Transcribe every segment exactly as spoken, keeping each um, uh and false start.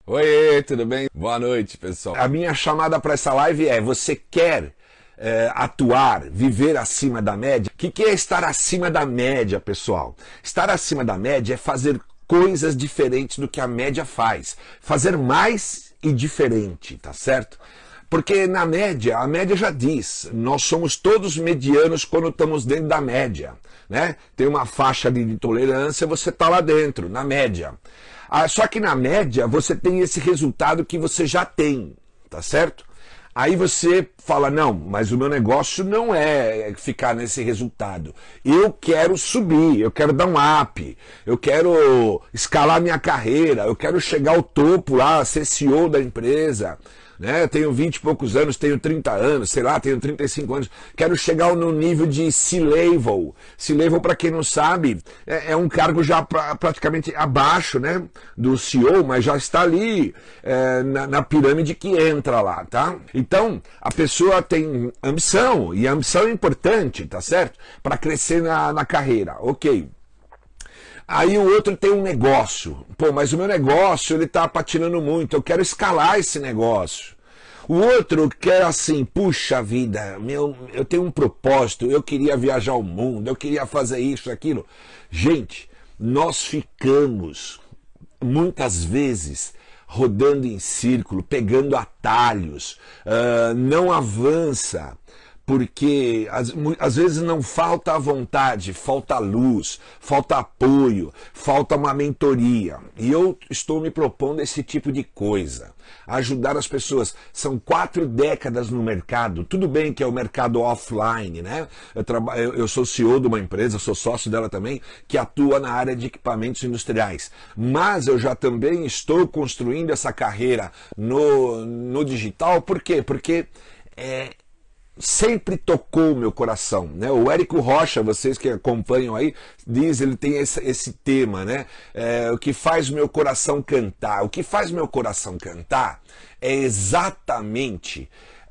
Oi, tudo bem? Boa noite, pessoal. A minha chamada para essa live é: você quer é, atuar, viver acima da média? O que, que é estar acima da média, pessoal? Estar acima da média é fazer coisas diferentes do que a média faz. Fazer mais e diferente, tá certo? Porque na média, a média já diz, nós somos todos medianos quando estamos dentro da média, né? Tem uma faixa de tolerância, você está lá dentro, na média. Ah, só que na média você tem esse resultado que você já tem, tá certo? Aí você fala, não, mas o meu negócio não é ficar nesse resultado. Eu quero subir, eu quero dar um up, eu quero escalar minha carreira, eu quero chegar ao topo lá, ser C E O da empresa. Né? Eu tenho vinte e poucos anos, tenho trinta anos, sei lá, tenho trinta e cinco anos, quero chegar no nível de C-Level. C-Level, para quem não sabe, é, é um cargo já pra, praticamente abaixo, né, do C E O, mas já está ali é, na, na pirâmide que entra lá, tá? Então, a pessoa tem ambição, e a ambição é importante, tá certo? Para crescer na, na carreira, ok. Aí o outro tem um negócio. Pô, mas o meu negócio, ele tá patinando muito, eu quero escalar esse negócio. O outro quer assim, puxa vida, meu, eu tenho um propósito, eu queria viajar o mundo, eu queria fazer isso, aquilo. Gente, nós ficamos muitas vezes rodando em círculo, pegando atalhos, uh, não avança. Porque às, às vezes não falta a vontade, falta luz, falta apoio, falta uma mentoria. E eu estou me propondo esse tipo de coisa, ajudar as pessoas. São quatro décadas no mercado, tudo bem que é o mercado offline, né? Eu, traba, eu, eu sou C E O de uma empresa, sou sócio dela também, que atua na área de equipamentos industriais. Mas eu já também estou construindo essa carreira no, no digital, por quê? Porque é, sempre tocou o meu coração, né? O Érico Rocha, vocês que acompanham aí, diz, ele tem esse, esse tema, né? É, o que faz meu coração cantar. O que faz meu coração cantar é exatamente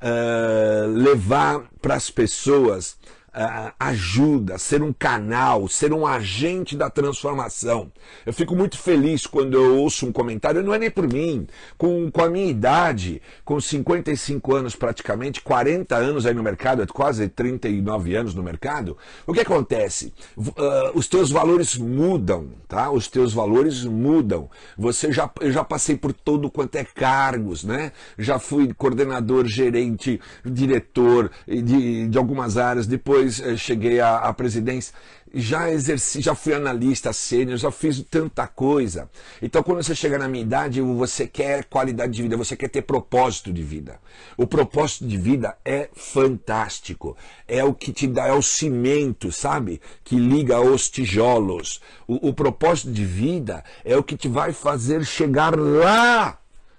uh, levar para as pessoas Uh, ajuda, ser um canal, ser um agente da transformação. Eu fico muito feliz quando eu ouço um comentário, não é nem por mim, com, com a minha idade, com cinquenta e cinco anos praticamente, quarenta anos aí no mercado, quase trinta e nove anos no mercado, o que acontece? Uh, os teus valores mudam, tá? Os teus valores mudam. Você já, eu já passei por todo quanto é cargos, né? Já fui coordenador, gerente, diretor de, de algumas áreas, depois cheguei à, à presidência, já exerci, já fui analista sênior, já fiz tanta coisa. Então, quando você chega na minha idade, você quer qualidade de vida, você quer ter propósito de vida. O propósito de vida é fantástico, é o que te dá, é o cimento, sabe? Que liga os tijolos. O, o propósito de vida é o que te vai fazer chegar lá,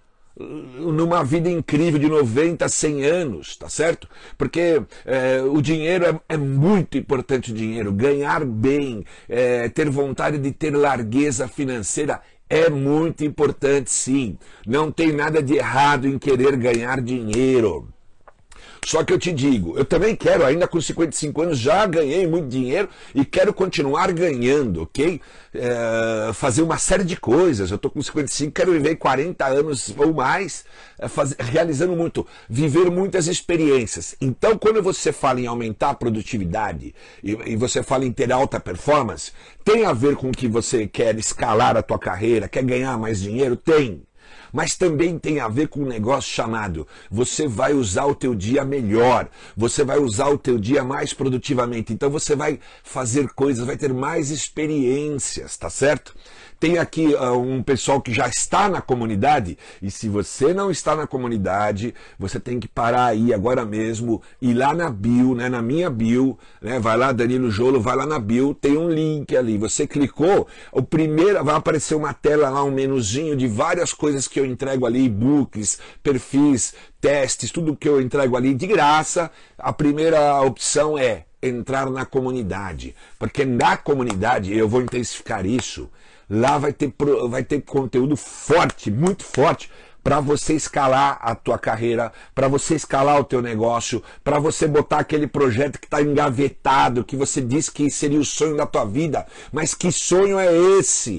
numa vida incrível de noventa, cem anos, tá certo? Porque é, o dinheiro é, é muito importante, o dinheiro, ganhar bem, é, ter vontade de ter largueza financeira é muito importante, sim. Não tem nada de errado em querer ganhar dinheiro. Só que eu te digo, eu também quero, ainda com cinquenta e cinco anos, já ganhei muito dinheiro e quero continuar ganhando, ok? É, fazer uma série de coisas. Eu estou com cinquenta e cinco, quero viver quarenta anos ou mais, é, faz, realizando muito, viver muitas experiências. Então, quando você fala em aumentar a produtividade e, e você fala em ter alta performance, tem a ver com que você quer escalar a tua carreira, quer ganhar mais dinheiro? Tem. Mas também tem a ver com um negócio chamado, você vai usar o teu dia melhor, você vai usar o teu dia mais produtivamente, então você vai fazer coisas, vai ter mais experiências, tá certo? Tem aqui uh, um pessoal que já está na comunidade, e se você não está na comunidade, você tem que parar aí agora mesmo, ir lá na bio, né, na minha bio, né, vai lá, Danilo Jolo, vai lá na bio, tem um link ali, você clicou, o primeiro, vai aparecer uma tela lá, um menuzinho de várias coisas que eu entrego ali, e-books, perfis, testes, tudo que eu entrego ali de graça. A primeira opção é entrar na comunidade, porque na comunidade, eu vou intensificar isso, lá vai ter, vai ter conteúdo forte, muito forte, para você escalar a tua carreira, para você escalar o teu negócio, para você botar aquele projeto que está engavetado, que você disse que seria o sonho da tua vida, mas que sonho é esse?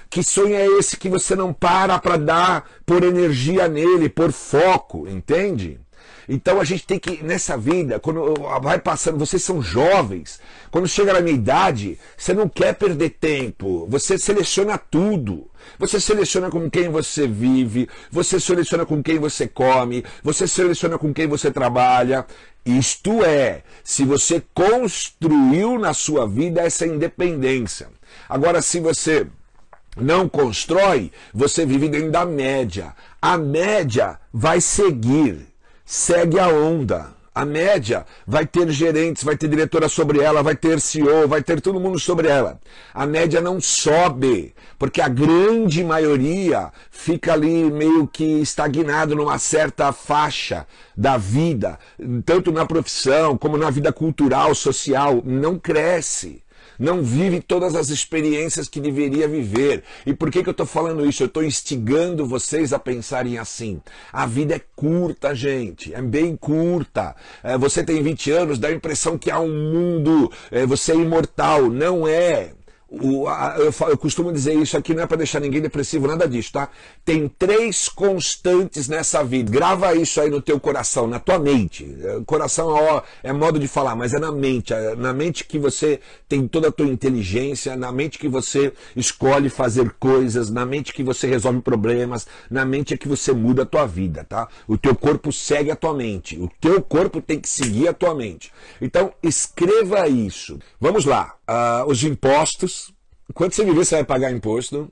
Que sonho é esse que você não para para dar, por energia nele, por foco, entende? Então a gente tem que, nessa vida, quando vai passando, vocês são jovens, quando chega na minha idade, você não quer perder tempo, você seleciona tudo. Você seleciona com quem você vive, você seleciona com quem você come, você seleciona com quem você trabalha. Isto é, se você construiu na sua vida essa independência. Agora, se você não constrói, você vive dentro da média. A média vai seguir. Segue a onda. A média vai ter gerentes, vai ter diretora sobre ela, vai ter C E O, vai ter todo mundo sobre ela. A média não sobe, porque a grande maioria fica ali meio que estagnado numa certa faixa da vida, tanto na profissão como na vida cultural, social, não cresce. Não vive todas as experiências que deveria viver. E por que que eu estou falando isso? Eu estou instigando vocês a pensarem assim. A vida é curta, gente. É bem curta. É, você tem vinte anos, dá a impressão que há um mundo, é, você é imortal. Não é. O, a, eu, eu costumo dizer isso aqui, não é para deixar ninguém depressivo, nada disso, tá? Tem três constantes nessa vida. Grava isso aí no teu coração, na tua mente. Coração ó, é modo de falar, mas é na mente. É na mente que você tem toda a tua inteligência, na mente que você escolhe fazer coisas, na mente que você resolve problemas, na mente é que você muda a tua vida, tá? O teu corpo segue a tua mente. O teu corpo tem que seguir a tua mente. Então, escreva isso. Vamos lá. Uh, os impostos. Quando você viver, você vai pagar imposto.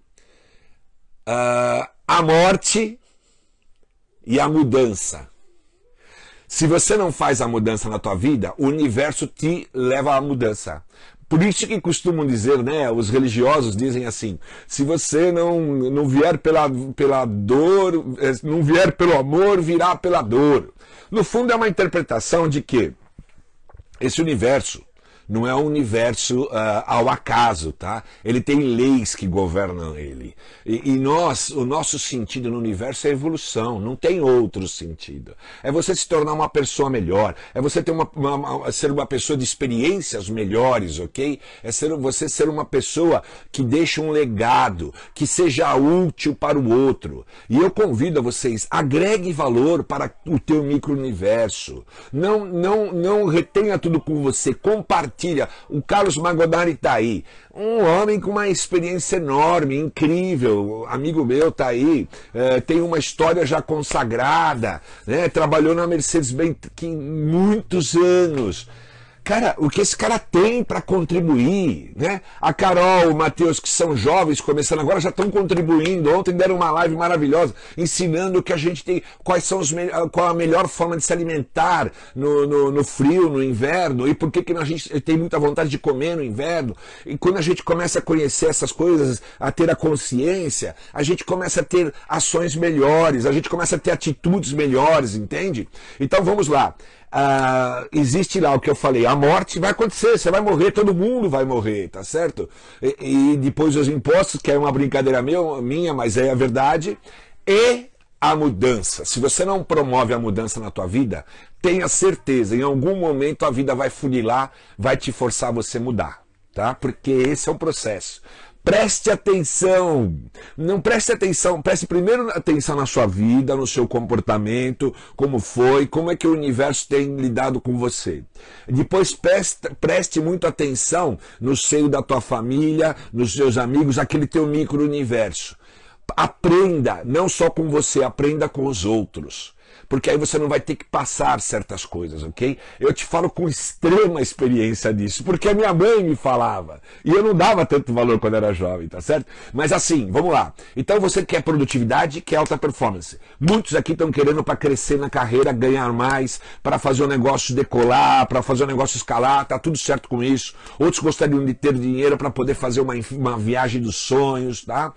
Uh, a morte e a mudança. Se você não faz a mudança na tua vida, o universo te leva à mudança. Por isso que costumam dizer, né, os religiosos dizem assim, se você não, não vier pela, pela dor, não vier pelo amor, virá pela dor. No fundo é uma interpretação de que esse universo não é um universo uh, ao acaso, tá? Ele tem leis que governam ele. E, e nós, o nosso sentido no universo é evolução, não tem outro sentido. É você se tornar uma pessoa melhor, é você ter uma, uma, uma, ser uma pessoa de experiências melhores, ok? É ser, você ser uma pessoa que deixa um legado, que seja útil para o outro. E eu convido a vocês, agregue valor para o teu micro-universo. Não, não, não retenha tudo com você, compartilhe. O Carlos Magodari está aí, um homem com uma experiência enorme, incrível, amigo meu está aí, é, tem uma história já consagrada, né? Trabalhou na Mercedes-Benz muitos anos. Cara, o que esse cara tem para contribuir, né? A Carol, o Matheus, que são jovens, começando agora, já estão contribuindo. Ontem deram uma live maravilhosa, ensinando que a gente tem, quais são os, qual a melhor forma de se alimentar no, no, no frio, no inverno, e por que, que a gente tem muita vontade de comer no inverno. E quando a gente começa a conhecer essas coisas, a ter a consciência, a gente começa a ter ações melhores, a gente começa a ter atitudes melhores, entende? Então vamos lá. Uh, existe lá o que eu falei, a morte vai acontecer, você vai morrer, todo mundo vai morrer, tá certo? E, e depois os impostos, que é uma brincadeira meu, minha, mas é a verdade, e a mudança. Se você não promove a mudança na tua vida, tenha certeza, em algum momento a vida vai funilar, vai te forçar a você mudar, tá? Porque esse é o processo. Preste atenção, não preste atenção, preste primeiro atenção na sua vida, no seu comportamento, como foi, como é que o universo tem lidado com você. Depois preste, preste muito atenção no seio da tua família, nos seus amigos, aquele teu micro-universo. Aprenda, não só com você, aprenda com os outros. Porque aí você não vai ter que passar certas coisas, ok? Eu te falo com extrema experiência disso, porque a minha mãe me falava, e eu não dava tanto valor quando era jovem, tá certo? Mas assim, vamos lá. Então você quer produtividade, quer alta performance. Muitos aqui estão querendo para crescer na carreira, ganhar mais, para fazer o negócio decolar, para fazer o negócio escalar, tá tudo certo com isso. Outros gostariam de ter dinheiro para poder fazer uma, uma viagem dos sonhos, tá?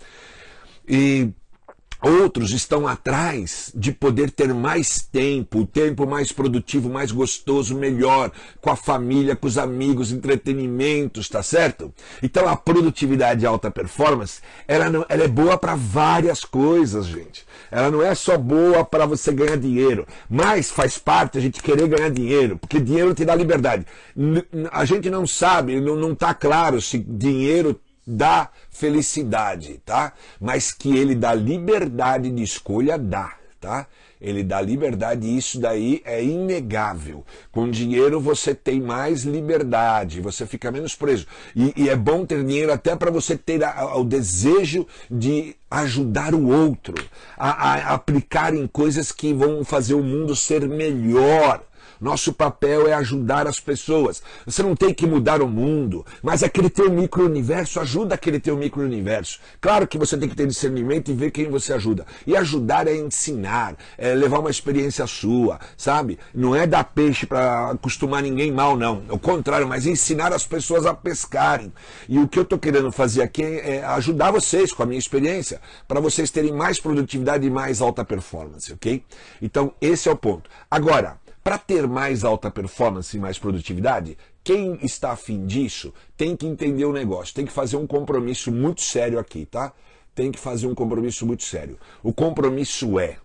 E outros estão atrás de poder ter mais tempo, o tempo mais produtivo, mais gostoso, melhor, com a família, com os amigos, entretenimentos, tá certo? Então a produtividade e a alta performance, ela, não, ela é boa para várias coisas, gente. Ela não é só boa para você ganhar dinheiro, mas faz parte a gente querer ganhar dinheiro, porque dinheiro te dá liberdade. A gente não sabe, não está claro se dinheiro dá felicidade, tá? Mas que ele dá liberdade de escolha, dá, tá? Ele dá liberdade e isso daí é inegável. Com dinheiro você tem mais liberdade, você fica menos preso. E, e é bom ter dinheiro até para você ter a, a, o desejo de ajudar o outro, a, a aplicar em coisas que vão fazer o mundo ser melhor. Nosso papel é ajudar as pessoas. Você não tem que mudar o mundo, mas aquele teu micro-universo ajuda aquele teu micro-universo. Claro que você tem que ter discernimento e ver quem você ajuda. E ajudar é ensinar, é levar uma experiência sua, sabe? Não é dar peixe para acostumar ninguém mal, não. Ao contrário, mas ensinar as pessoas a pescarem. E o que eu estou querendo fazer aqui é ajudar vocês com a minha experiência, para vocês terem mais produtividade e mais alta performance, ok? Então, esse é o ponto. Agora, para ter mais alta performance e mais produtividade, quem está afim disso tem que entender o negócio, tem que fazer um compromisso muito sério aqui, tá? Tem que fazer um compromisso muito sério. O compromisso é,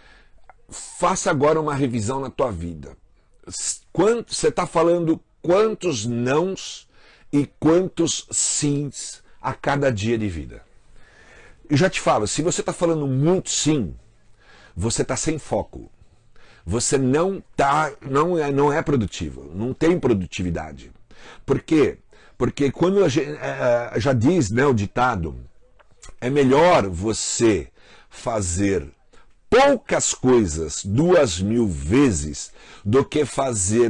faça agora uma revisão na tua vida. Quanto, você está falando quantos nãos e quantos sims a cada dia de vida. Eu já te falo, se você está falando muito sim, você está sem foco. Você não tá, não é, não é produtivo, não tem produtividade. Por quê? Porque quando a gente, é, já diz, né, o ditado, é melhor você fazer poucas coisas duas mil vezes do que fazer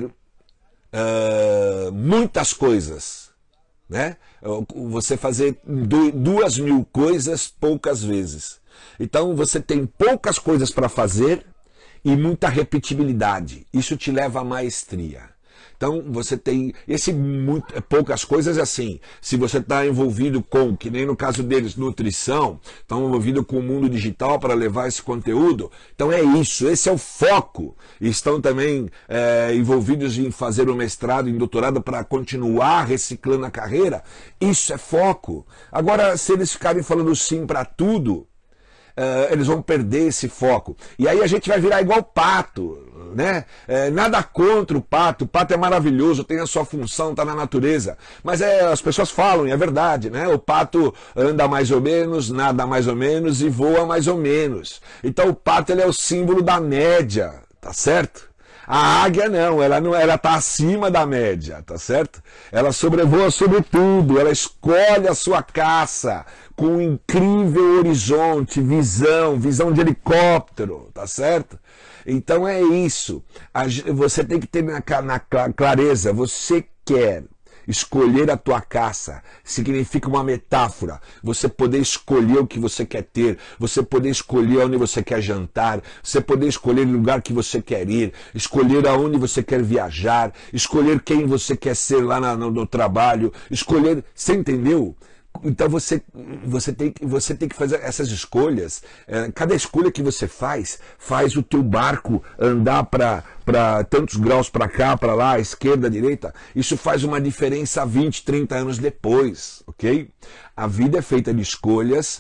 uh, muitas coisas, né? Você fazer duas mil coisas poucas vezes. Então você tem poucas coisas para fazer e muita repetibilidade. Isso te leva à maestria. Então você tem esse muito, poucas coisas assim. Se você está envolvido com, que nem no caso deles, nutrição, estão envolvido com o mundo digital para levar esse conteúdo. Então é isso, esse é o foco. Estão também é, envolvidos em fazer o mestrado, em doutorado para continuar reciclando a carreira. Isso é foco. Agora, se eles ficarem falando sim para tudo, Uh, eles vão perder esse foco. E aí a gente vai virar igual pato, né? É, nada contra o pato, o pato é maravilhoso, tem a sua função, está na natureza. Mas é, as pessoas falam, e é verdade, né? O pato anda mais ou menos, nada mais ou menos e voa mais ou menos. Então o pato ele é o símbolo da média, tá certo? A águia não, ela não, ela está acima da média, tá certo? Ela sobrevoa sobre tudo, ela escolhe a sua caça com um incrível horizonte, visão, visão de helicóptero, tá certo? Então é isso. Você tem que ter na, na clareza, você quer escolher a tua caça, significa uma metáfora, você poder escolher o que você quer ter, você poder escolher onde você quer jantar, você poder escolher o lugar que você quer ir, escolher aonde você quer viajar, escolher quem você quer ser lá no, no trabalho, escolher, você entendeu? Então você, você, tem, você tem que fazer essas escolhas. É, cada escolha que você faz, faz o teu barco andar para tantos graus para cá, para lá, esquerda, direita. Isso faz uma diferença vinte, trinta anos depois, ok? A vida é feita de escolhas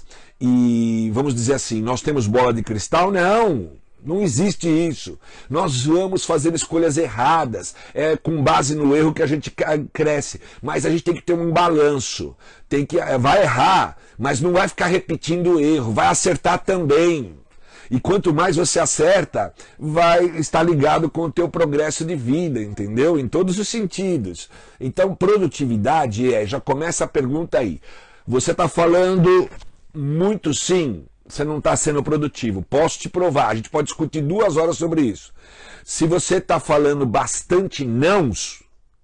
e, vamos dizer assim, nós temos bola de cristal? Não! Não existe isso. Nós vamos fazer escolhas erradas, é com base no erro que a gente cresce. Mas a gente tem que ter um balanço. Tem que, vai errar, mas não vai ficar repetindo o erro, vai acertar também. E quanto mais você acerta, vai estar ligado com o teu progresso de vida, entendeu? Em todos os sentidos. Então, produtividade é, já começa a pergunta aí. Você está falando muito sim. Você não está sendo produtivo. Posso te provar, a gente pode discutir duas horas sobre isso. Se você está falando bastante nãos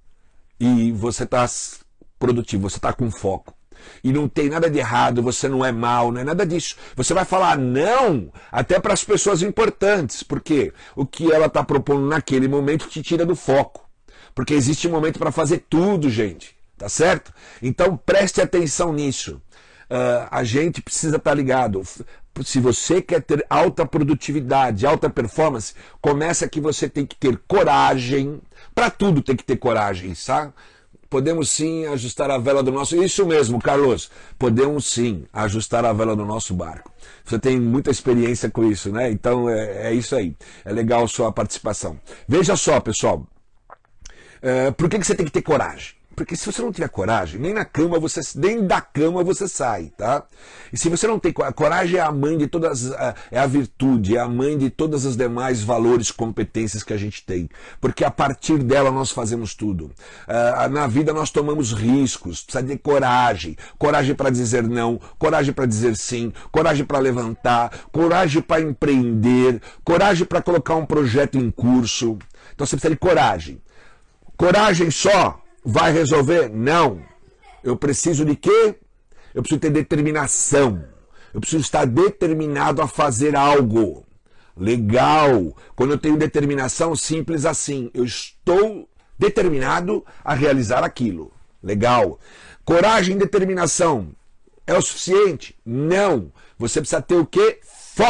e você está produtivo, você está com foco, e não tem nada de errado, você não é mal, não é nada disso. Você vai falar não até para as pessoas importantes, porque o que ela está propondo naquele momento te tira do foco. Porque existe um momento para fazer tudo, gente. Tá certo? Então preste atenção nisso. Uh, a gente precisa estar ligado. Se você quer ter alta produtividade, alta performance, começa que você tem que ter coragem. Para tudo tem que ter coragem, sabe? Podemos sim ajustar a vela do nosso... Isso mesmo, Carlos. Podemos sim ajustar a vela do nosso barco. Você tem muita experiência com isso, né? Então é, é isso aí. É legal a sua participação. Veja só, pessoal. Uh, por que, que você tem que ter coragem? Porque se você não tiver coragem, nem na cama você, nem da cama você sai, tá? E se você não tem coragem, coragem é a mãe de todas, é a virtude, é a mãe de todos os demais valores, competências que a gente tem. Porque a partir dela nós fazemos tudo. Uh, na vida nós tomamos riscos, precisa de coragem. Coragem para dizer não, coragem para dizer sim, coragem para levantar, coragem para empreender, coragem para colocar um projeto em curso. Então você precisa de coragem. Coragem só vai resolver? Não. Eu preciso de quê? Eu preciso ter determinação. Eu preciso estar determinado a fazer algo. Legal. Quando eu tenho determinação, simples assim. Eu estou determinado a realizar aquilo. Legal. Coragem e determinação é o suficiente? Não. Você precisa ter o quê?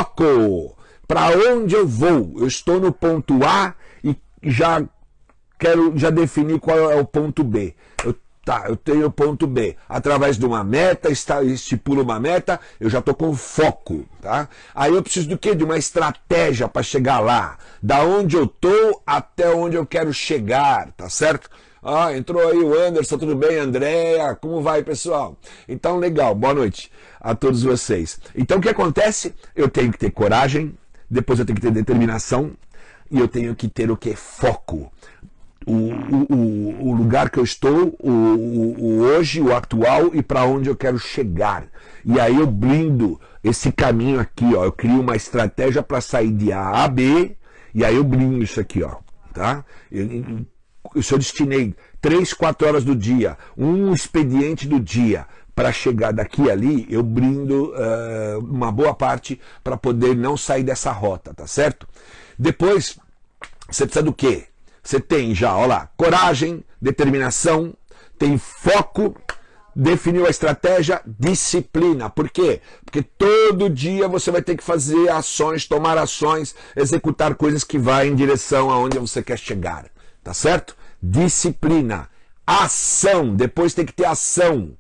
Foco. Para onde eu vou? Eu estou no ponto A e já quero já definir qual é o ponto B. Eu, tá, eu tenho o ponto B. Através de uma meta, estipulo uma meta, eu já estou com foco. Tá? Aí eu preciso do quê? De uma estratégia para chegar lá. Da onde eu estou até onde eu quero chegar, tá certo? Ah, entrou aí o Anderson, tudo bem, Andréa? Como vai, pessoal? Então, legal, boa noite a todos vocês. Então, o que acontece? Eu tenho que ter coragem, depois eu tenho que ter determinação e eu tenho que ter o que? Foco. O, o, o lugar que eu estou, o, o, o hoje, o atual e para onde eu quero chegar. E aí eu blindo esse caminho aqui, ó. Eu crio uma estratégia para sair de A a B e aí eu blindo isso aqui, ó. Tá? Eu, eu, se eu destinei três, quatro horas do dia, um expediente do dia para chegar daqui e ali, eu blindo uh, uma boa parte para poder não sair dessa rota, tá certo? Depois, você precisa do quê? Você tem já, olha lá, coragem, determinação, tem foco, definiu a estratégia, disciplina. Por quê? Porque todo dia você vai ter que fazer ações, tomar ações, executar coisas que vão em direção aonde você quer chegar. Tá certo? Disciplina. Ação. Depois tem que ter ação.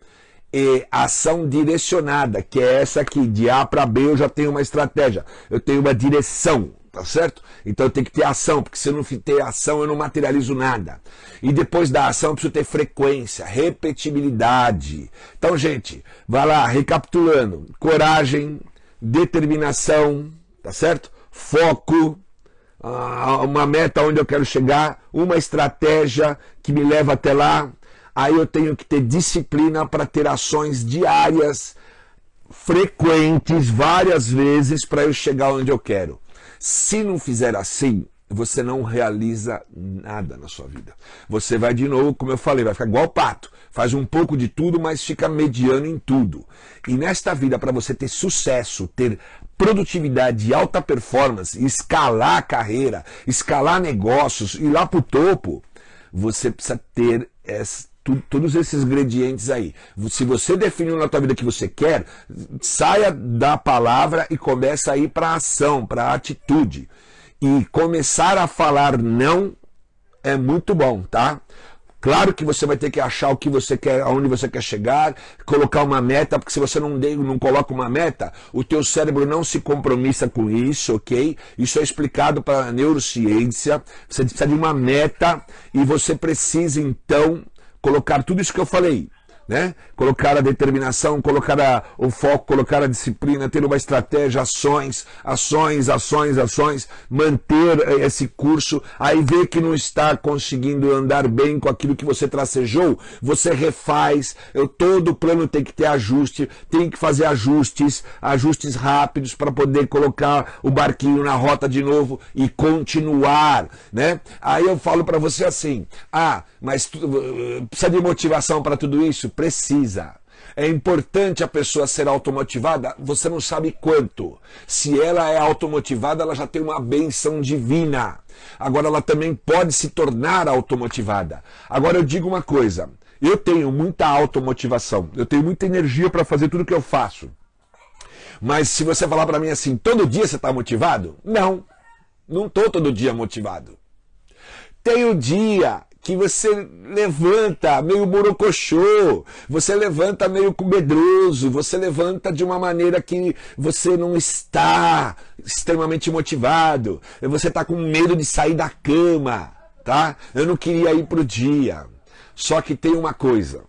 E ação direcionada, que é essa aqui. De A para B eu já tenho uma estratégia. Eu tenho uma direção. Tá certo? Então eu tenho que ter ação, porque se eu não ter ação eu não materializo nada. E depois da ação eu preciso ter frequência, repetibilidade. Então, gente, vai lá, recapitulando. Coragem, determinação, tá certo? Foco, uma meta onde eu quero chegar, uma estratégia que me leva até lá. Aí eu tenho que ter disciplina para ter ações diárias, frequentes, várias vezes para eu chegar onde eu quero. Se não fizer assim, você não realiza nada na sua vida. Você vai de novo, como eu falei, vai ficar igual o pato. Faz um pouco de tudo, mas fica mediano em tudo. E nesta vida, para você ter sucesso, ter produtividade e alta performance, escalar a carreira, escalar negócios, ir lá para o topo, você precisa ter essa todos esses ingredientes aí. Se você definiu na tua vida que você quer, saia da palavra e começa a ir para a ação, para a atitude. E começar a falar não é muito bom, tá? Claro que você vai ter que achar o que você quer, aonde você quer chegar, colocar uma meta, porque se você não, não coloca uma meta, o teu cérebro não se compromissa com isso, ok? Isso é explicado para a neurociência. Você precisa de uma meta e você precisa, então, colocar tudo isso que eu falei, né? Colocar a determinação, colocar a, o foco, colocar a disciplina, ter uma estratégia, ações, ações, ações, ações, manter esse curso, aí ver que não está conseguindo andar bem com aquilo que você tracejou, você refaz, eu, todo o plano tem que ter ajuste, tem que fazer ajustes, ajustes rápidos para poder colocar o barquinho na rota de novo e continuar, né? Aí eu falo para você assim, ah, mas tu, precisa de motivação para tudo isso? Precisa. É importante a pessoa ser automotivada? Você não sabe quanto. Se ela é automotivada, ela já tem uma benção divina. Agora, ela também pode se tornar automotivada. Agora, eu digo uma coisa. Eu tenho muita automotivação. Eu tenho muita energia para fazer tudo que eu faço. Mas se você falar para mim assim, todo dia você está motivado? Não. Não estou todo dia motivado. Tem o dia que você levanta meio borocochô, você levanta meio medroso, você levanta de uma maneira que você não está extremamente motivado, você está com medo de sair da cama, tá? Eu não queria ir pro dia. Só que tem uma coisa.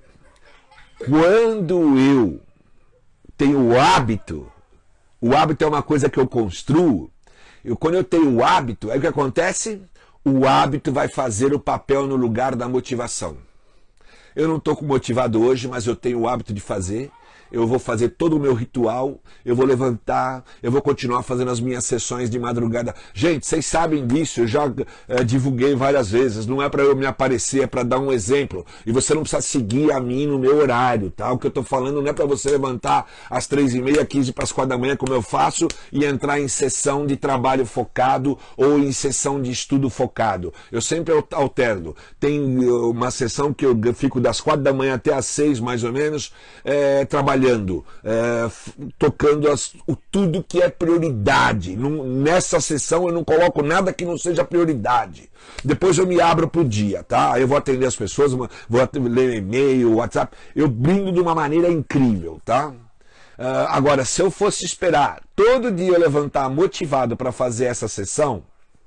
Quando eu tenho o hábito, o hábito é uma coisa que eu construo, eu, quando eu tenho o hábito, aí o que acontece? O hábito vai fazer o papel no lugar da motivação. Eu não estou motivado hoje, mas eu tenho o hábito de fazer. Eu vou fazer todo o meu ritual, eu vou levantar, eu vou continuar fazendo as minhas sessões de madrugada. Gente, vocês sabem disso, eu já é, divulguei várias vezes, não é para eu me aparecer, é para dar um exemplo. E você não precisa seguir a mim no meu horário, tá? O que eu estou falando não é para você levantar às três e meia, quinze para as quatro da manhã, como eu faço, e entrar em sessão de trabalho focado ou em sessão de estudo focado. Eu sempre alterno. Tem uma sessão que eu fico das quatro da manhã até às seis, mais ou menos, é, trabalhando. É, tocando as, o, tudo que é prioridade. Não, nessa sessão eu não coloco nada que não seja prioridade. Depois eu me abro pro dia, tá? Eu vou atender as pessoas, vou ler e-mail, WhatsApp. Eu brindo de uma maneira incrível, tá? Uh, agora, se eu fosse esperar todo dia eu levantar motivado para fazer essa sessão,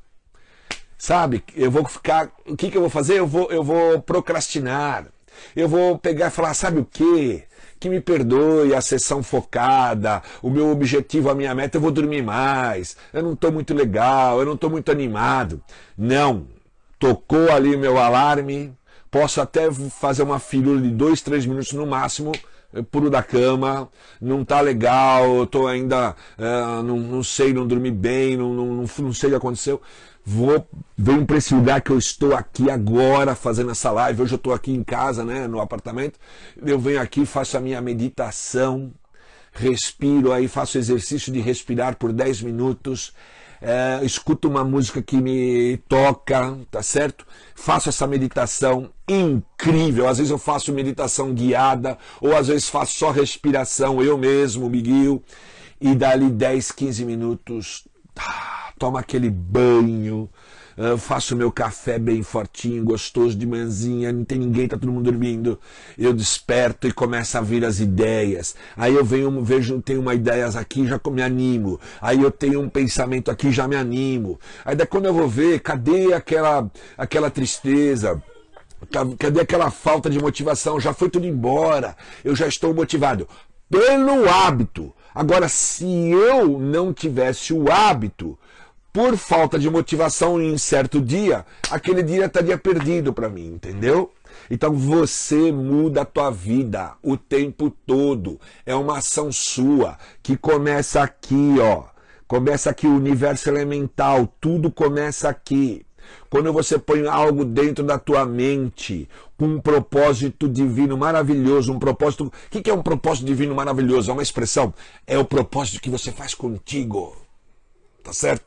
sabe? Eu vou ficar. O que, que eu vou fazer? Eu vou, eu vou procrastinar. Eu vou pegar e falar, sabe o quê? Que me perdoe a sessão focada, o meu objetivo, a minha meta, eu vou dormir mais, eu não estou muito legal, eu não estou muito animado. Não, tocou ali o meu alarme, posso até fazer uma firula de dois, três minutos no máximo, eu pulo da cama, não está legal, eu estou ainda, uh, não, não sei, não dormi bem, não, não, não, não sei o que aconteceu. Vou, venho para esse lugar que eu estou aqui agora fazendo essa live. Hoje eu estou aqui em casa, né, no apartamento. Eu venho aqui, faço a minha meditação, respiro, aí faço exercício de respirar por dez minutos, é, escuto uma música que me toca, tá certo? Faço essa meditação incrível. Às vezes eu faço meditação guiada, ou às vezes faço só respiração, eu mesmo me guio, e dali dez, quinze minutos... Tá, tomo aquele banho, uh, faço meu café bem fortinho, gostoso de manhãzinha, não tem ninguém, tá todo mundo dormindo. Eu desperto e começa a vir as ideias. Aí eu venho, vejo, tenho uma ideia aqui, já me animo. Aí eu tenho um pensamento aqui, já me animo. Aí daí quando eu vou ver, cadê aquela, aquela tristeza? Cadê aquela falta de motivação? Já foi tudo embora. Eu já estou motivado. Pelo hábito. Agora, se eu não tivesse o hábito, por falta de motivação em certo dia, aquele dia estaria perdido para mim, entendeu? Então você muda a tua vida o tempo todo. É uma ação sua que começa aqui, ó. Começa aqui o universo elemental, tudo começa aqui. Quando você põe algo dentro da tua mente com um propósito divino maravilhoso, um propósito... O que é um propósito divino maravilhoso? É uma expressão. É o propósito que você faz contigo. Tá certo?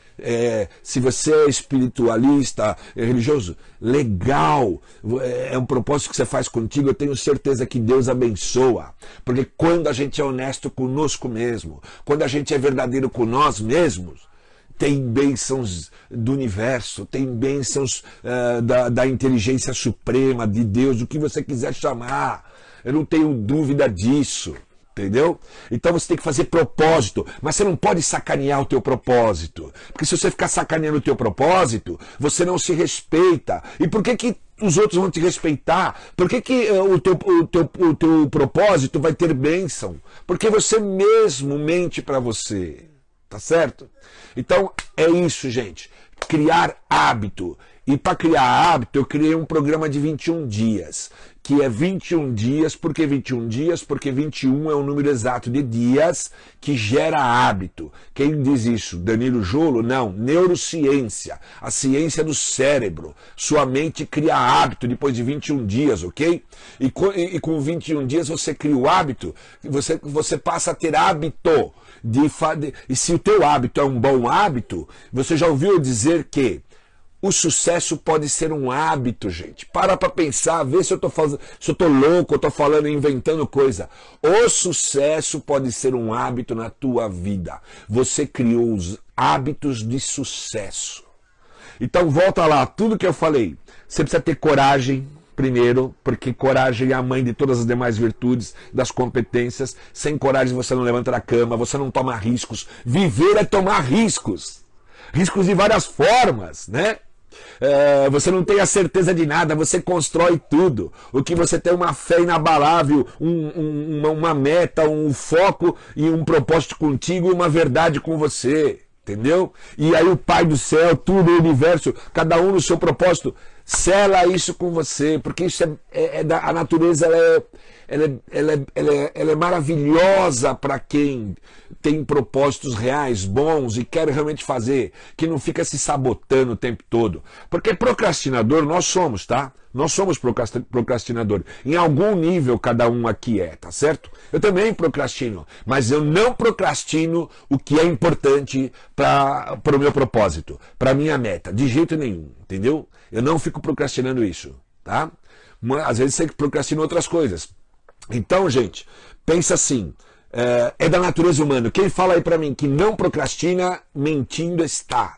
É, se você é espiritualista, é religioso, legal, é um propósito que você faz contigo, eu tenho certeza que Deus abençoa, porque quando a gente é honesto conosco mesmo, quando a gente é verdadeiro com nós mesmos, tem bênçãos do universo, tem bênçãos uh, da, da inteligência suprema, de Deus, o que você quiser chamar, eu não tenho dúvida disso. Entendeu? Então você tem que fazer propósito, mas você não pode sacanear o teu propósito, porque se você ficar sacaneando o teu propósito, você não se respeita. E por que que os outros vão te respeitar? Por que que uh, o, teu, o, teu, o teu propósito vai ter bênção? Porque você mesmo mente para você, tá certo? Então é isso, gente, criar hábito. E para criar hábito, eu criei um programa de vinte e um dias, que é vinte e um dias, por que vinte e um dias? Porque vinte e um é o número exato de dias que gera hábito. Quem diz isso? Danilo Jolo? Não, neurociência, a ciência do cérebro. Sua mente cria hábito depois de vinte e um dias, ok? E com, e com vinte e um dias você cria o hábito, você, você passa a ter hábito. De, de, e se o teu hábito é um bom hábito, você já ouviu dizer que o sucesso pode ser um hábito, gente. Para para pensar, vê se eu tô fazendo, se eu tô louco, eu tô falando, inventando coisa. O sucesso pode ser um hábito na tua vida. Você criou os hábitos de sucesso. Então volta lá, tudo que eu falei. Você precisa ter coragem, primeiro, porque coragem é a mãe de todas as demais virtudes, das competências. Sem coragem você não levanta da cama, você não toma riscos. Viver é tomar riscos. Riscos de várias formas, né? É, você não tem a certeza de nada, você constrói tudo. O que você tem uma fé inabalável, um, um, uma, uma meta, um foco e um propósito contigo e uma verdade com você. Entendeu? E aí o Pai do céu, tudo, o universo, cada um no seu propósito, sela isso com você, porque isso é, é, é da, a natureza ela é, ela é, ela é, ela é, ela é maravilhosa para quem tem propósitos reais, bons e quer realmente fazer, que não fica se sabotando o tempo todo. Porque procrastinador nós somos, tá? Nós somos procrastinadores. Em algum nível cada um aqui é, tá certo? Eu também procrastino, mas eu não procrastino o que é importante para o meu propósito, para a minha meta, de jeito nenhum, entendeu? Eu não fico procrastinando isso, tá? Às vezes você procrastina outras coisas. Então, gente, pensa assim, é, é da natureza humana. Quem fala aí para mim que não procrastina, mentindo está.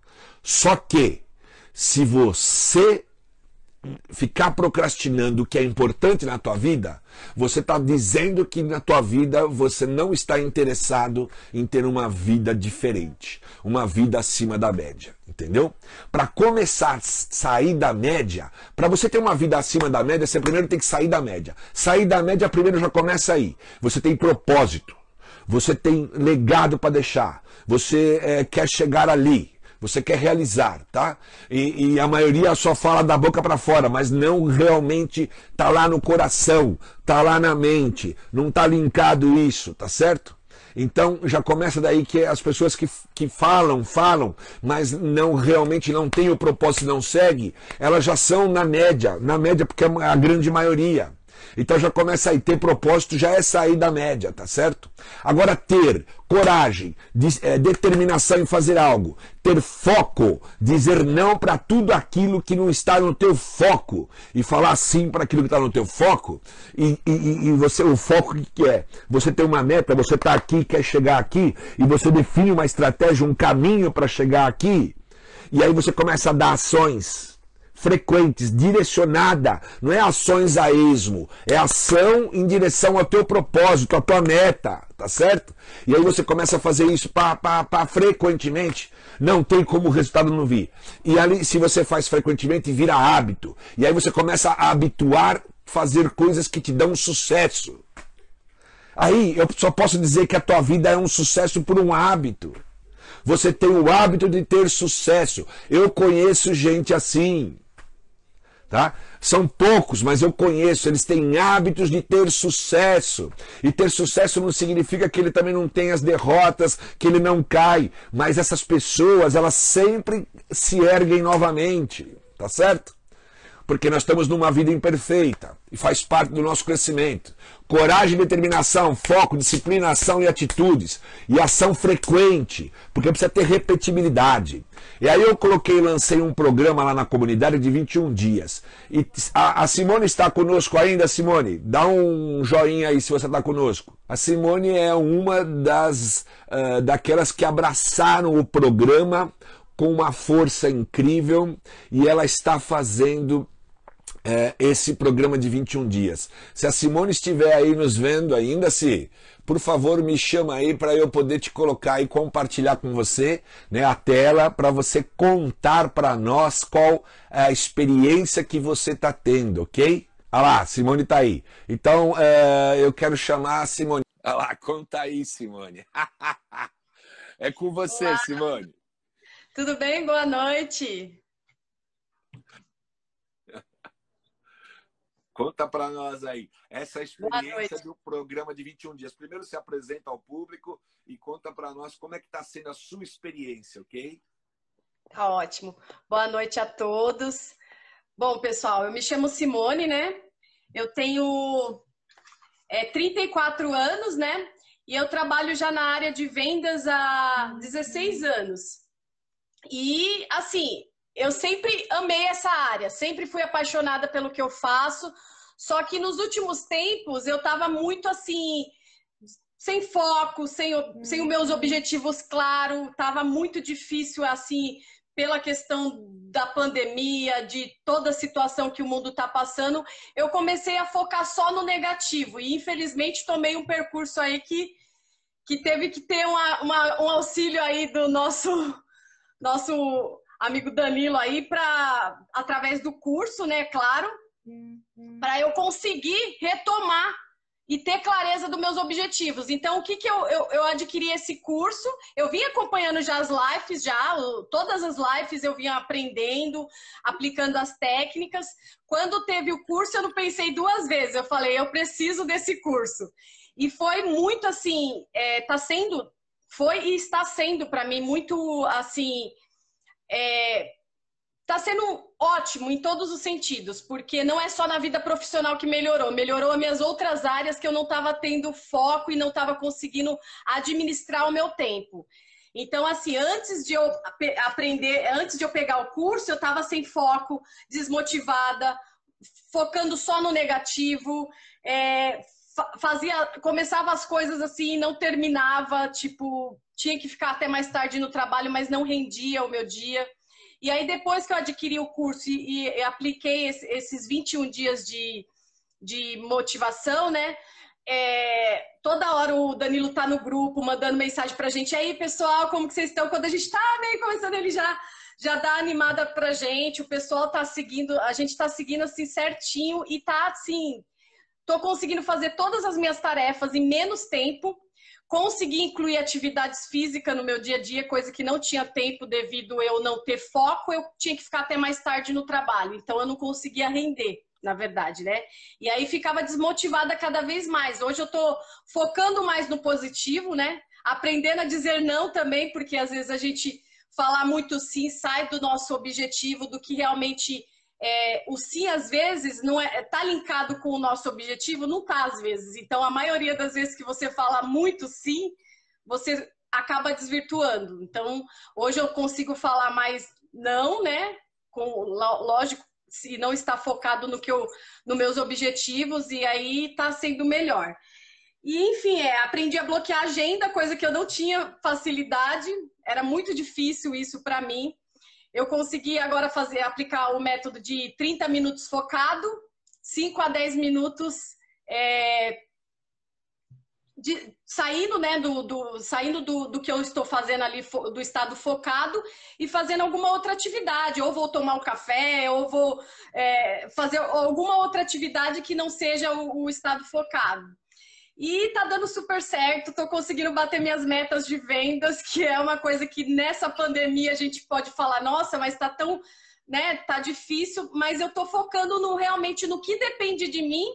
Só que, se você ficar procrastinando o que é importante na tua vida, você está dizendo que na tua vida você não está interessado em ter uma vida diferente, uma vida acima da média, entendeu? Para começar a sair da média, para você ter uma vida acima da média, você primeiro tem que sair da média. Sair da média primeiro já começa aí. Você tem propósito, você tem legado para deixar, você é, quer chegar ali. Você quer realizar, tá? E, e a maioria só fala da boca para fora, mas não realmente tá lá no coração, tá lá na mente, não tá linkado isso, tá certo? Então já começa daí que as pessoas que, que falam, falam, mas não realmente não têm o propósito, não seguem, elas já são na média, na média porque é a grande maioria. Então já começa aí, ter propósito já é sair da média, tá certo? Agora ter coragem, de, é, determinação em fazer algo, ter foco, dizer não para tudo aquilo que não está no teu foco e falar sim para aquilo que está no teu foco. E, e, e você, o foco que é? Você tem uma meta, você está aqui, quer chegar aqui e você define uma estratégia, um caminho para chegar aqui. E aí você começa a dar ações frequentes, direcionada, não é ações a esmo, é ação em direção ao teu propósito, à tua meta, tá certo? E aí você começa a fazer isso pá, pá, pá, frequentemente, não tem como o resultado não vir. E ali, se você faz frequentemente, vira hábito. E aí você começa a habituar, fazer coisas que te dão sucesso. Aí eu só posso dizer que a tua vida é um sucesso por um hábito. Você tem o hábito de ter sucesso. Eu conheço gente assim. Tá? São poucos, mas eu conheço, eles têm hábitos de ter sucesso. E ter sucesso não significa que ele também não tem as derrotas, que ele não cai. Mas essas pessoas, elas sempre se erguem novamente. Tá certo? Porque nós estamos numa vida imperfeita e faz parte do nosso crescimento. Coragem, determinação, foco, disciplina, ação e atitudes. E ação frequente, porque precisa ter repetibilidade. E aí eu coloquei, lancei um programa lá na comunidade de vinte e um dias. E a, a Simone está conosco ainda, Simone? Dá um joinha aí se você está conosco. A Simone é uma das uh, daquelas que abraçaram o programa com uma força incrível e ela está fazendo é, esse programa de vinte e um dias. Se a Simone estiver aí nos vendo ainda, se por favor me chama aí para eu poder te colocar e compartilhar com você, né, a tela para você contar para nós qual é a experiência que você está tendo, ok? Ah lá, a Simone está aí. Então é, eu quero chamar a Simone. Ah lá, conta aí, Simone. É com você, olá, Simone. Tudo bem? Boa noite. Conta para nós aí, essa experiência do programa de vinte e um dias. Primeiro se apresenta ao público e conta para nós como é que está sendo a sua experiência, ok? Tá ótimo. Boa noite a todos. Bom, pessoal, eu me chamo Simone, né? Eu tenho é, trinta e quatro anos, né? E eu trabalho já na área de vendas há dezesseis anos. E, assim, eu sempre amei essa área, sempre fui apaixonada pelo que eu faço, só que nos últimos tempos eu estava muito, assim, sem foco, sem, sem os meus objetivos claros, estava muito difícil, assim, pela questão da pandemia, de toda a situação que o mundo está passando, eu comecei a focar só no negativo e, infelizmente, tomei um percurso aí que, que teve que ter uma, uma, um auxílio aí do nosso... nosso amigo Danilo aí, para através do curso, né, claro, para eu conseguir retomar e ter clareza dos meus objetivos. Então, o que, que eu, eu, eu adquiri esse curso? Eu vim acompanhando já as lives, já, todas as lives eu vinha aprendendo, aplicando as técnicas. Quando teve o curso, eu não pensei duas vezes. Eu falei, eu preciso desse curso. E foi muito assim, é, tá sendo, foi e está sendo para mim muito assim, é, tá sendo ótimo em todos os sentidos, porque não é só na vida profissional que melhorou, melhorou as minhas outras áreas que eu não estava tendo foco e não estava conseguindo administrar o meu tempo. Então, assim, antes de eu aprender, antes de eu pegar o curso, eu estava sem foco, desmotivada, focando só no negativo, é, fazia, começava as coisas assim, não terminava, tipo, tinha que ficar até mais tarde no trabalho, mas não rendia o meu dia. E aí, depois que eu adquiri o curso e, e apliquei esse, esses vinte e um dias de, de motivação, né? É, toda hora o Danilo tá no grupo, mandando mensagem pra gente. E aí, pessoal, como que vocês estão? Quando a gente tá meio começando, ele já, já dá animada pra gente. O pessoal tá seguindo, a gente tá seguindo assim certinho e tá assim... Tô conseguindo fazer todas as minhas tarefas em menos tempo. Consegui incluir atividades físicas no meu dia a dia, coisa que não tinha tempo devido eu não ter foco, eu tinha que ficar até mais tarde no trabalho, então eu não conseguia render, na verdade, né? E aí ficava desmotivada cada vez mais. Hoje eu tô focando mais no positivo, né? Aprendendo a dizer não também, porque às vezes a gente falar muito sim sai do nosso objetivo, do que realmente... É, o sim, às vezes, não é, tá linkado com o nosso objetivo? Não tá, às vezes. Então, a maioria das vezes que você fala muito sim, você acaba desvirtuando. Então, hoje eu consigo falar mais não, né? Com, lógico, se não está focado no que eu, nos meus objetivos, e aí tá sendo melhor. E, enfim, é, aprendi a bloquear a agenda, coisa que eu não tinha facilidade, era muito difícil isso para mim. Eu consegui agora fazer, aplicar o método de trinta minutos focado, cinco a dez minutos é, de, saindo, né, do, do, saindo do, do que eu estou fazendo ali, do estado focado, e fazendo alguma outra atividade. Ou vou tomar um café, ou vou é, fazer alguma outra atividade que não seja o, o estado focado. E tá dando super certo, tô conseguindo bater minhas metas de vendas, que é uma coisa que nessa pandemia a gente pode falar, nossa, mas tá tão, né, tá difícil, mas eu tô focando no, realmente no que depende de mim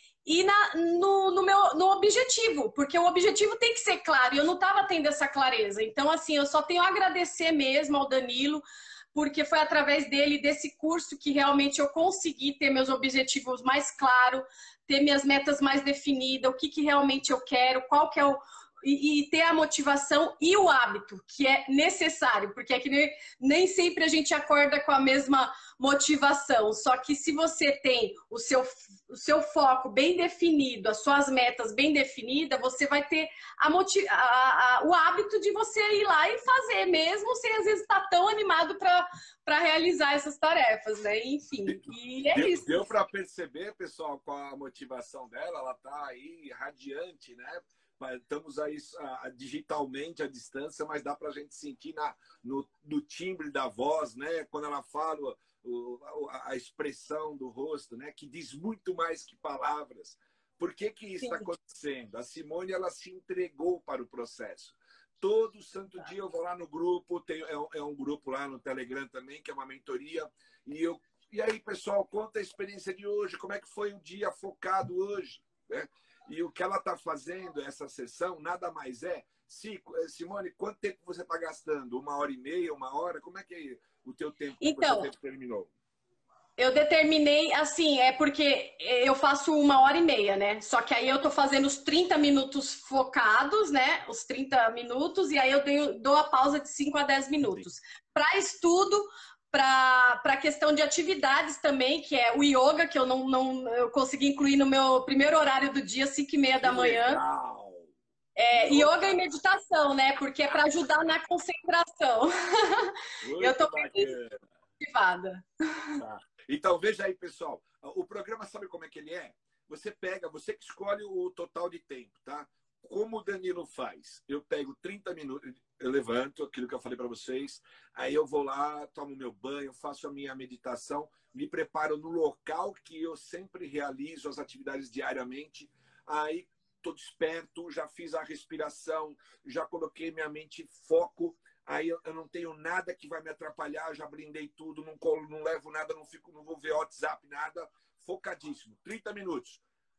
e na, no, no meu no objetivo, porque o objetivo tem que ser claro, e eu não tava tendo essa clareza. Então, assim, eu só tenho a agradecer mesmo ao Danilo, porque foi através dele, desse curso, que realmente eu consegui ter meus objetivos mais claros, ter minhas metas mais definidas, o que, que realmente eu quero, qual que é o... E, e ter a motivação e o hábito, que é necessário, porque é que nem, nem sempre a gente acorda com a mesma motivação, só que se você tem o seu, o seu foco bem definido, as suas metas bem definidas, você vai ter a motiv... a, a, o hábito de você ir lá e fazer, mesmo sem às vezes estar tão animado para realizar essas tarefas, né? Enfim, e é deu, isso. Deu para perceber, pessoal, com a motivação dela, ela está aí radiante, né? Estamos aí uh, digitalmente à distância, mas dá para a gente sentir na, no, no timbre da voz, né? Quando ela fala o, a, a expressão do rosto, né? Que diz muito mais que palavras. Por que que isso está acontecendo? A Simone, ela se entregou para o processo. Todo santo dia eu vou lá no grupo, tem, é, é um grupo lá no Telegram também, que é uma mentoria, e eu e aí, pessoal, conta a experiência de hoje, como é que foi o dia focado hoje, né? E o que ela está fazendo, essa sessão, nada mais é... Simone, quanto tempo você está gastando? Uma hora e meia, uma hora? Como é que é o teu tempo que então, você terminou? Eu determinei, assim, é porque eu faço uma hora e meia, né? Só que aí eu tô fazendo os trinta minutos focados, né? Os trinta minutos, e aí eu dou, dou a pausa de cinco a dez minutos. Para estudo, para a questão de atividades também, que é o yoga, que eu não, não eu consegui incluir no meu primeiro horário do dia, cinco e meia da manhã. Legal. É, yoga e meditação, né? Porque é para ajudar na concentração. Muito eu tô bacana. motivada. Tá. Então, veja aí, pessoal. O programa, sabe como é que ele é? Você pega, você que escolhe o total de tempo, tá? como o Danilo faz? Eu pego trinta minutos, eu levanto, aquilo que eu falei para vocês, aí eu vou lá, tomo meu banho, faço a minha meditação, me preparo no local que eu sempre realizo as atividades diariamente, aí estou desperto, já fiz a respiração, já coloquei minha mente em foco, aí eu não tenho nada que vai me atrapalhar, já blindei tudo, não, colo, não levo nada, não, fico, não vou ver WhatsApp, nada, focadíssimo, trinta minutos.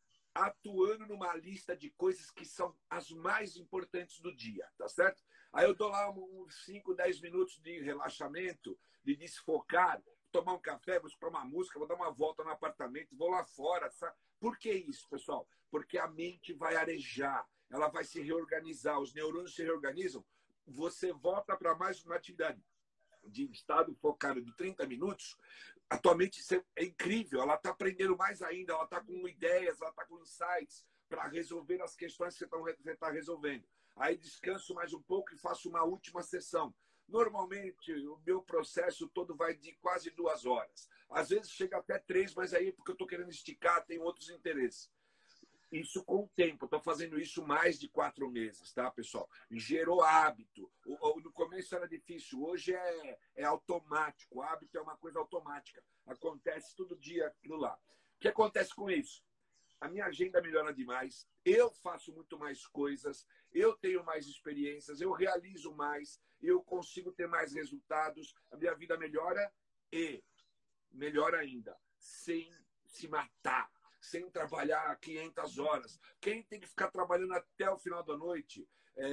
Atuando numa lista de coisas que são as mais importantes do dia, tá certo? Aí eu dou lá uns cinco, dez minutos de relaxamento, de desfocar, tomar um café, vou escutar uma música, vou dar uma volta no apartamento, vou lá fora, sabe? Por que isso, pessoal? Porque a mente vai arejar, ela vai se reorganizar, os neurônios se reorganizam, você volta para mais uma atividade de estado focado de trinta minutos, atualmente é incrível, ela está aprendendo mais ainda, ela está com ideias, ela está com insights para resolver as questões que você está resolvendo. Aí descanso mais um pouco e faço uma última sessão. Normalmente, o meu processo todo vai de quase duas horas. Às vezes chega até três, mas aí é porque eu estou querendo esticar, tem outros interesses. Isso com o tempo. Estou fazendo isso mais de quatro meses, tá, pessoal? Gerou hábito. No começo era difícil, hoje é, é automático. O hábito é uma coisa automática. Acontece todo dia aquilo lá. O que acontece com isso? A minha agenda melhora demais, eu faço muito mais coisas, eu tenho mais experiências, eu realizo mais, eu consigo ter mais resultados, a minha vida melhora e, melhor ainda, sem se matar, sem trabalhar quinhentas horas. Quem tem que ficar trabalhando até o final da noite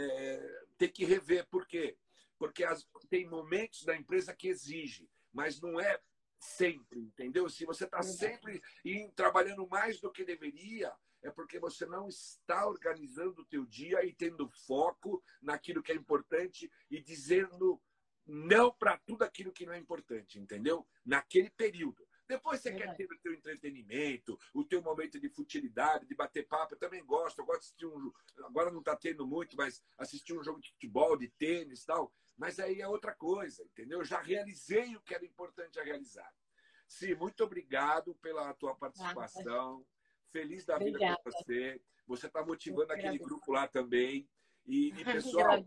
é, tem que rever. Por quê? Porque as, tem momentos da empresa que exige, mas não é sempre, entendeu? Se você está sempre em, trabalhando mais do que deveria, é porque você não está organizando o teu dia e tendo foco naquilo que é importante e dizendo não para tudo aquilo que não é importante, entendeu? Naquele período. Depois você Verdade. Quer ter o teu entretenimento, o teu momento de futilidade, de bater papo. Eu também gosto. Eu gosto de assistir um... Agora não está tendo muito, mas assistir um jogo de futebol, de tênis e tal. Mas aí é outra coisa, entendeu? Eu já realizei o que era importante a realizar. Sim, muito obrigado pela tua participação. Feliz da vida com você. Você está motivando aquele grupo lá também. E, e pessoal,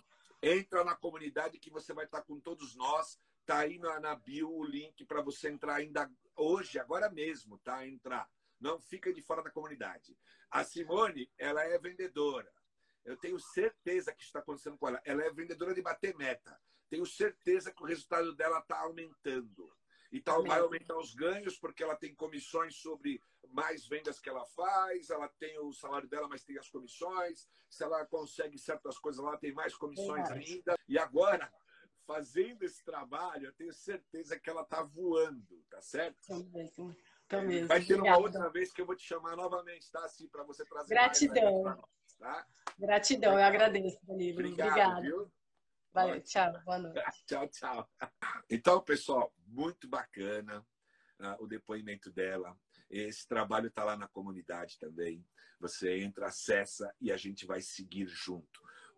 entra na comunidade que você vai estar com todos nós. Tá aí na, na bio o link para você entrar ainda hoje, agora mesmo, tá? Entrar. Não fica de fora da comunidade. A Simone, ela é vendedora. Eu tenho certeza que isso está acontecendo com ela. Ela é vendedora de bater meta. Tenho certeza que o resultado dela está aumentando. E tal, vai aumentar os ganhos, porque ela tem comissões sobre mais vendas que ela faz, ela tem o salário dela, mas tem as comissões. Se ela consegue certas coisas, ela tem mais comissões é ainda. E agora, fazendo esse trabalho, eu tenho certeza que ela está voando, tá certo? Tô mesmo. Tô mesmo. Vai ter uma outra vez que eu vou te chamar novamente, tá? Assim, para você trazer Gratidão. mais nós, tá? Gratidão, Legal. Eu agradeço, Danilo. Obrigado, Obrigada. Viu? Valeu, tchau, boa noite. Tchau, tchau. Então, pessoal, muito bacana uh, o depoimento dela. Esse trabalho está lá na comunidade também. Você entra, acessa e a gente vai seguir junto.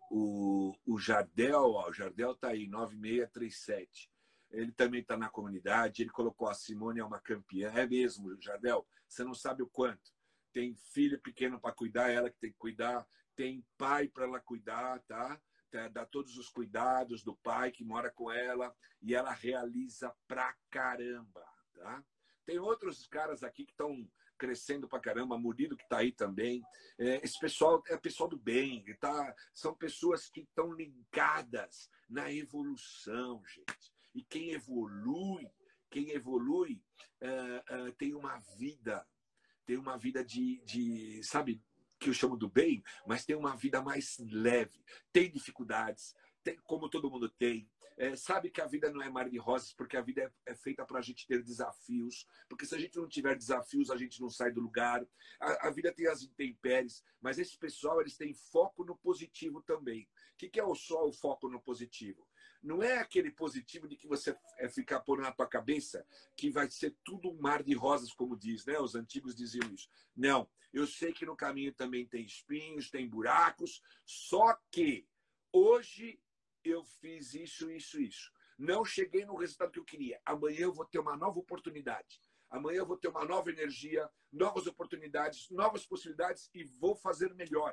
O, o Jardel, ó, o Jardel está aí, nove seis três sete. Ele também está na comunidade. Ele colocou a Simone é uma campeã. É mesmo, Jardel. Você não sabe o quanto. Tem filho pequeno para cuidar, ela que tem que cuidar. Tem pai para ela cuidar, tá? Dá todos os cuidados do pai que mora com ela e ela realiza pra caramba, tá? Tem outros caras aqui que estão crescendo pra caramba, Murilo que está aí também. É, esse pessoal é pessoal do bem, tá? São pessoas que estão ligadas na evolução, gente. E quem evolui, quem evolui uh, uh, tem uma vida, tem uma vida de, de sabe, que eu chamo do bem, mas tem uma vida mais leve, tem dificuldades, tem, como todo mundo tem. É, sabe que a vida não é mar de rosas, porque a vida é, é feita para a gente ter desafios, porque se a gente não tiver desafios, a gente não sai do lugar. A, a vida tem as intempéries, mas esse pessoal, eles têm foco no positivo também. O que, que é o só o foco no positivo? Não é aquele positivo de que você é ficar pondo na tua cabeça que vai ser tudo um mar de rosas, como diz, né? Os antigos diziam isso. Não, eu sei que no caminho também tem espinhos, tem buracos, só que hoje eu fiz isso, isso, isso. Não cheguei no resultado que eu queria. Amanhã eu vou ter uma nova oportunidade. Amanhã eu vou ter uma nova energia, novas oportunidades, novas possibilidades e vou fazer melhor.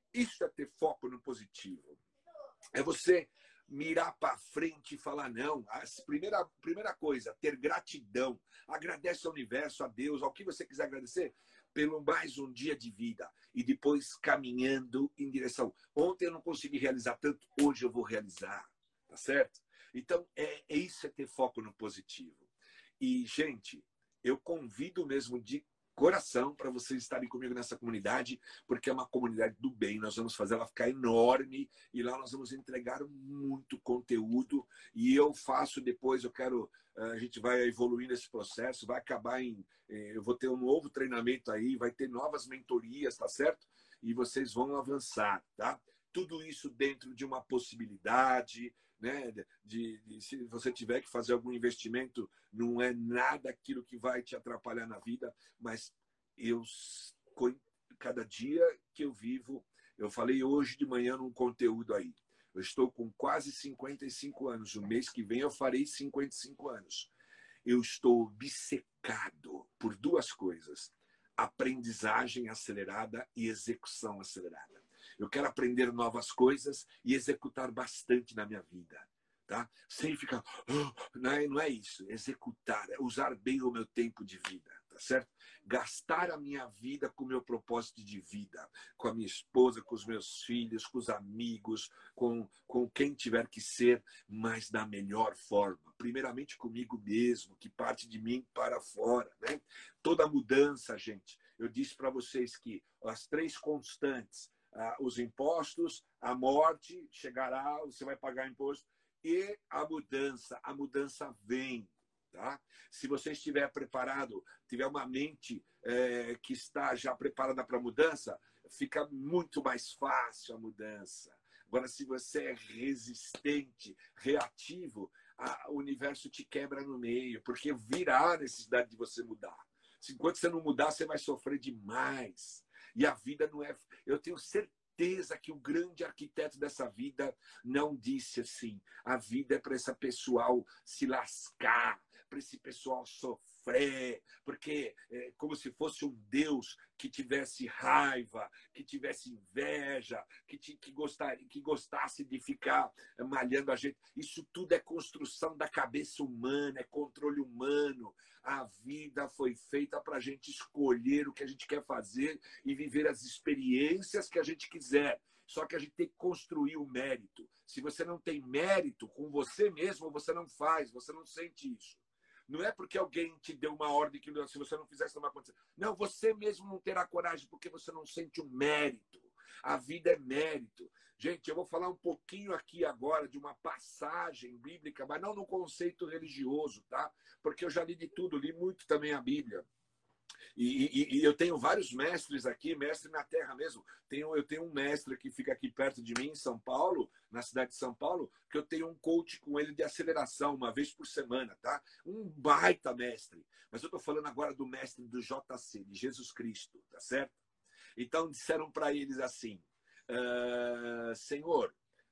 Isso é ter foco no positivo. É você mirar para frente e falar não. A primeira, primeira coisa, ter gratidão. Agradece ao universo, a Deus, ao que você quiser agradecer, pelo mais um dia de vida. E depois caminhando em direção. Ontem eu não consegui realizar tanto, hoje eu vou realizar. Tá certo? Então, é, é isso, é ter foco no positivo. E, gente, eu convido mesmo de coração para vocês estarem comigo nessa comunidade, porque é uma comunidade do bem. Nós vamos fazer ela ficar enorme e lá nós vamos entregar muito conteúdo. E eu faço depois, eu quero, a gente vai evoluir nesse processo, vai acabar em, eu vou ter um novo treinamento aí, vai ter novas mentorias, tá certo? E vocês vão avançar, tá? Tudo isso dentro de uma possibilidade, né? De, de, se você tiver que fazer algum investimento, não é nada aquilo que vai te atrapalhar na vida, mas eu, cada dia que eu vivo, eu falei hoje de manhã num conteúdo aí, eu estou com quase cinquenta e cinco anos, o mês que vem eu farei cinquenta e cinco anos. Eu estou obcecado por duas coisas: aprendizagem acelerada e execução acelerada. Eu quero aprender novas coisas e executar bastante na minha vida, tá? Sem ficar... Não é, não é isso. Executar, é usar bem o meu tempo de vida, tá certo? Gastar a minha vida com o meu propósito de vida, com a minha esposa, com os meus filhos, com os amigos, com, com quem tiver que ser, mas da melhor forma. Primeiramente comigo mesmo, que parte de mim para fora, né? Toda mudança, gente. Eu disse para vocês que as três constantes, Uh, os impostos, a morte chegará, você vai pagar imposto, e a mudança. A mudança vem. Tá? Se você estiver preparado, tiver uma mente é, que está já preparada para a mudança, fica muito mais fácil a mudança. Agora, se você é resistente, reativo, a, o universo te quebra no meio, porque virá a necessidade de você mudar. Se, enquanto você não mudar, você vai sofrer demais. E a vida não é... Eu tenho certeza que o grande arquiteto dessa vida não disse assim: a vida é para esse pessoal se lascar, para esse pessoal sofrer, porque é como se fosse um Deus que tivesse raiva, que tivesse inveja, que, te, que, gostaria, que gostasse de ficar malhando a gente. Isso tudo é construção da cabeça humana, é controle humano. A vida foi feita para a gente escolher o que a gente quer fazer e viver as experiências que a gente quiser. Só que a gente tem que construir o mérito. Se você não tem mérito com você mesmo, você não faz, você não sente isso. Não é porque alguém te deu uma ordem que se você não fizesse, não vai acontecer. Não, você mesmo não terá coragem porque você não sente o mérito. A vida é mérito. Gente, eu vou falar um pouquinho aqui agora de uma passagem bíblica, mas não no conceito religioso, tá? Porque eu já li de tudo, li muito também a Bíblia. E, e, e eu tenho vários mestres aqui, mestre na terra mesmo. Tenho, eu tenho um mestre que fica aqui perto de mim, em São Paulo, na cidade de São Paulo, que eu tenho um coach com ele de aceleração, uma vez por semana, tá? Um baita mestre. Mas eu estou falando agora do mestre do J C, de Jesus Cristo, tá certo? Então disseram para eles assim: ah, Senhor,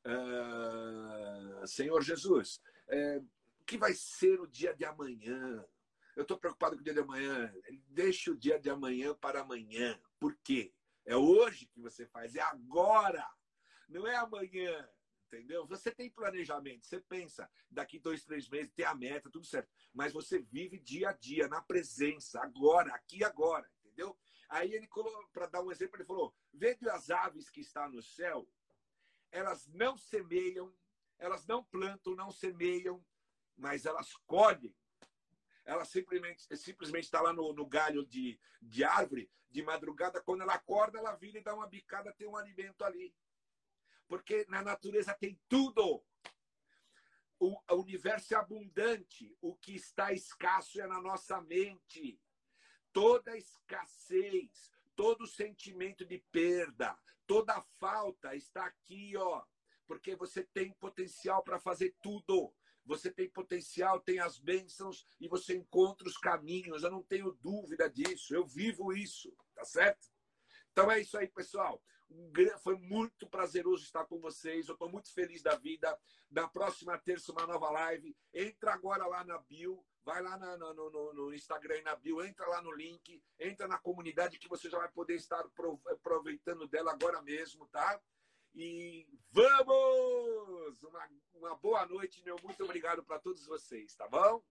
ah, Senhor Jesus, é, o que vai ser o dia de amanhã? Eu estou preocupado com o dia de amanhã. Deixa o dia de amanhã para amanhã. Por quê? É hoje que você faz, é agora. Não é amanhã, entendeu? Você tem planejamento, você pensa, daqui dois, três meses, tem a meta, tudo certo. Mas você vive dia a dia, na presença, agora, aqui e agora, entendeu? Aí ele colocou, para dar um exemplo, ele falou: vede as aves que estão no céu, elas não semeiam, elas não plantam, não semeiam, mas elas colhem. Ela simplesmente, simplesmente está lá no, no galho de, de árvore, de madrugada, quando ela acorda, ela vira e dá uma bicada, tem um alimento ali. Porque na natureza tem tudo. O, o universo é abundante. O que está escasso é na nossa mente. Toda escassez, todo sentimento de perda, toda falta está aqui, ó. Porque você tem potencial para fazer tudo. Você tem potencial, tem as bênçãos e você encontra os caminhos. Eu não tenho dúvida disso. Eu vivo isso, tá certo? Então é isso aí, pessoal. Foi muito prazeroso estar com vocês. Eu estou muito feliz da vida. Na próxima terça, uma nova live. Entra agora lá na bio. vai lá na, no, no, no Instagram e na bio, entra lá no link, entra na comunidade que você já vai poder estar aproveitando dela agora mesmo, tá? E vamos! Uma, uma boa noite, meu muito obrigado para todos vocês, tá bom?